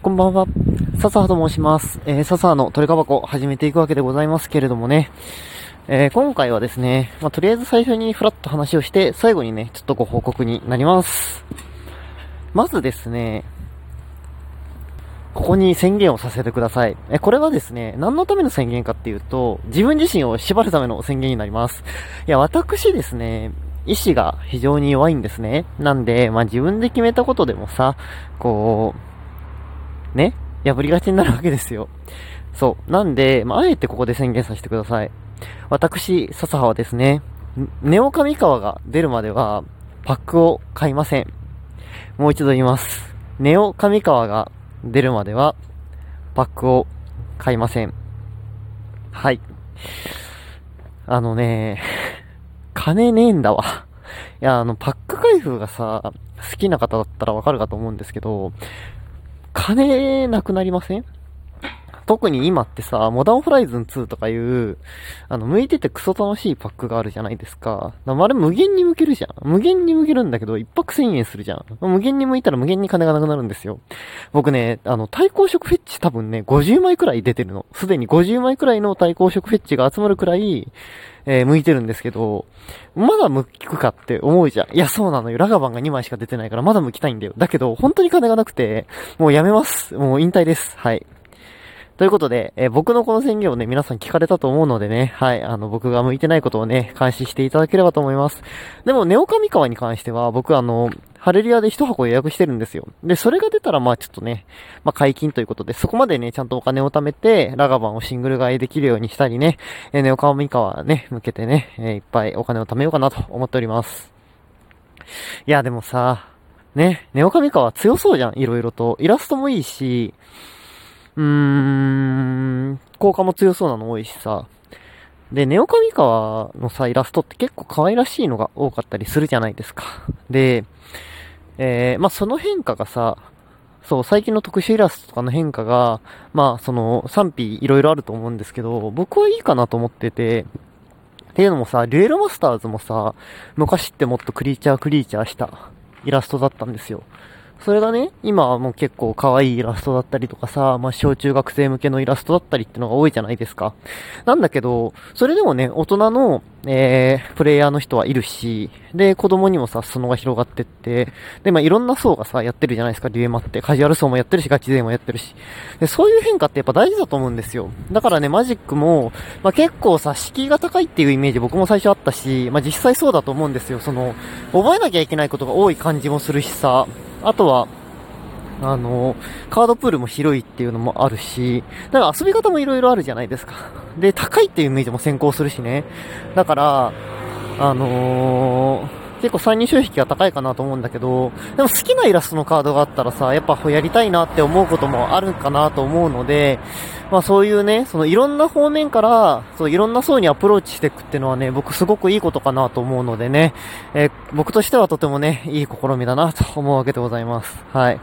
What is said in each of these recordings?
こんばんは。笹葉と申します。笹葉の鳥か箱始めていくわけでございますけれどもね。今回はですね、とりあえず最初にフラッと話をして、最後にね、ちょっとご報告になります。まずですね、ここに宣言をさせてください。これはですね、何のための宣言かっていうと、自分自身を縛るための宣言になります。いや、私ですね、意志が非常に弱いんですね。なんで、自分で決めたことでもさ、ね、破りがちになるわけですよ。そう。なんで、あえてここで宣言させてください。私、笹葉はですね、ネオ上川が出るまでは、パックを買いません。もう一度言います。ネオ上川が出るまでは、パックを買いません。はい。金ねえんだわ。いや、パック開封がさ、好きな方だったらわかるかと思うんですけど、金なくなりません？特に今ってさ、モダンホライズン2とかいう、向いててクソ楽しいパックがあるじゃないですか。あれ無限に向けるじゃん。無限に向けるんだけど、一泊1000円するじゃん。無限に向いたら無限に金がなくなるんですよ。僕ね、対抗色フェッチ多分ね、50枚くらい出てるの。すでに50枚くらいの対抗色フェッチが集まるくらい、向いてるんですけど、まだ向くかって思うじゃん。いや、そうなのよ。ラガバンが2枚しか出てないからまだ向きたいんだよ。だけど、本当に金がなくて、もうやめます。もう引退です。はい。ということで、僕のこの宣言をね、皆さん聞かれたと思うのでね、はい、僕が向いてないことをね、監視していただければと思います。でも、ネオカミカワに関しては、僕ハレリアで一箱予約してるんですよ。で、それが出たら、ちょっとね、解禁ということで、そこまでね、ちゃんとお金を貯めて、ラガバンをシングル買いできるようにしたりね、ネオカミカワね、向けてね、いっぱいお金を貯めようかなと思っております。いや、でもさ、ね、ネオカミカワ強そうじゃん、いろいろと。イラストもいいし、効果も強そうなの多いしさ。で、ネオカミカワのさ、イラストって結構可愛らしいのが多かったりするじゃないですか。で、その変化がさ、そう、最近の特殊イラストとかの変化が、賛否いろいろあると思うんですけど、僕はいいかなと思ってて、っていうのもさ、デュエルマスターズもさ、昔ってもっとクリーチャーしたイラストだったんですよ。それがね、今はもう結構可愛いイラストだったりとかさ、小中学生向けのイラストだったりってのが多いじゃないですか。なんだけど、それでもね、大人の、プレイヤーの人はいるし、で、子供にもさ、裾野が広がってって、で、いろんな層がさ、やってるじゃないですか、デュエマって。カジュアル層もやってるし、ガチ勢もやってるし。で、そういう変化ってやっぱ大事だと思うんですよ。だからね、マジックも、結構さ、敷居が高いっていうイメージ僕も最初あったし、実際そうだと思うんですよ。覚えなきゃいけないことが多い感じもするしさ、あとは、カードプールも広いっていうのもあるし、だから遊び方もいろいろあるじゃないですか。で、高いっていうイメージも先行するしね。だから、結構参入障壁が高いかなと思うんだけど、でも好きなイラストのカードがあったらさ、やっぱやりたいなって思うこともあるかなと思うので、そういうね、いろんな方面から、いろんな層にアプローチしていくっていうのはね、僕すごくいいことかなと思うのでね、僕としてはとてもね、いい試みだなと思うわけでございます。はい。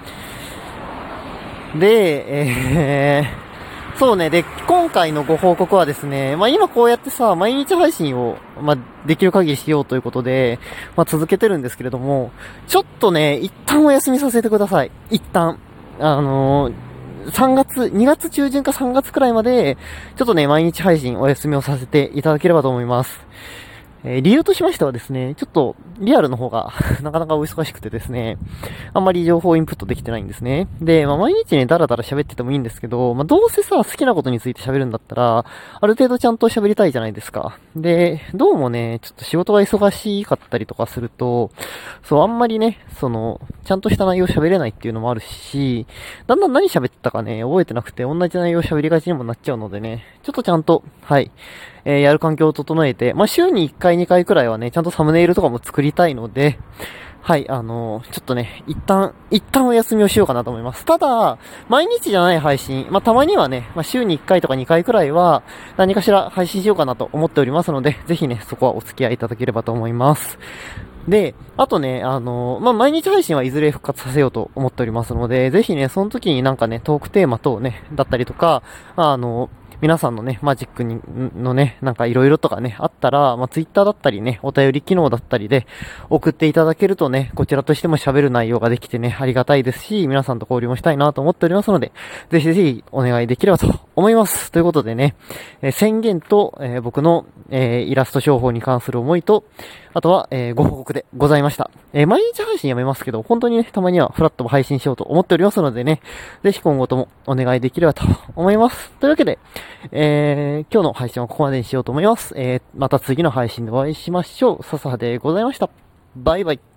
で、そうね。で、今回のご報告はですね、今こうやってさ、毎日配信を、できる限りしようということで、続けてるんですけれども、ちょっとね、一旦お休みさせてください。一旦。2月中旬か3月くらいまで、ちょっとね、毎日配信お休みをさせていただければと思います。理由としましてはですね、ちょっとリアルの方がなかなかお忙しくてですね、あんまり情報インプットできてないんですね。で、毎日ね、だらだら喋っててもいいんですけど、どうせさ、好きなことについて喋るんだったら、ある程度ちゃんと喋りたいじゃないですか。で、どうもね、ちょっと仕事が忙しかったりとかすると、そう、あんまりね、ちゃんとした内容喋れないっていうのもあるし、だんだん何喋ったかね、覚えてなくて、同じ内容喋りがちにもなっちゃうのでね、ちょっとちゃんと、はい、やる環境を整えて、週に1回2回くらいはね、ちゃんとサムネイルとかも作りたいので、はい、ちょっとね、一旦お休みをしようかなと思います。ただ、毎日じゃない配信、たまにはね、週に1回とか2回くらいは、何かしら配信しようかなと思っておりますので、ぜひね、そこはお付き合いいただければと思います。 で、あとね、毎日配信はいずれ復活させようと思っておりますので、ぜひね、その時になんかね、トークテーマ等ね、だったりとか、皆さんのね、マジックのね、なんかいろいろとかね、あったら、ツイッターだったりね、お便り機能だったりで送っていただけるとね、こちらとしても喋る内容ができてね、ありがたいですし、皆さんと交流もしたいなと思っておりますので、ぜひぜひお願いできればと思います。ということでね、宣言と、僕の、イラスト商法に関する思いと、あとは、ご報告でございました。毎日配信やめますけど、本当にね、たまにはフラットも配信しようと思っておりますのでね、ぜひ今後ともお願いできればと思います。というわけで、今日の配信はここまでにしようと思います。また次の配信でお会いしましょう。笹でございました。バイバイ。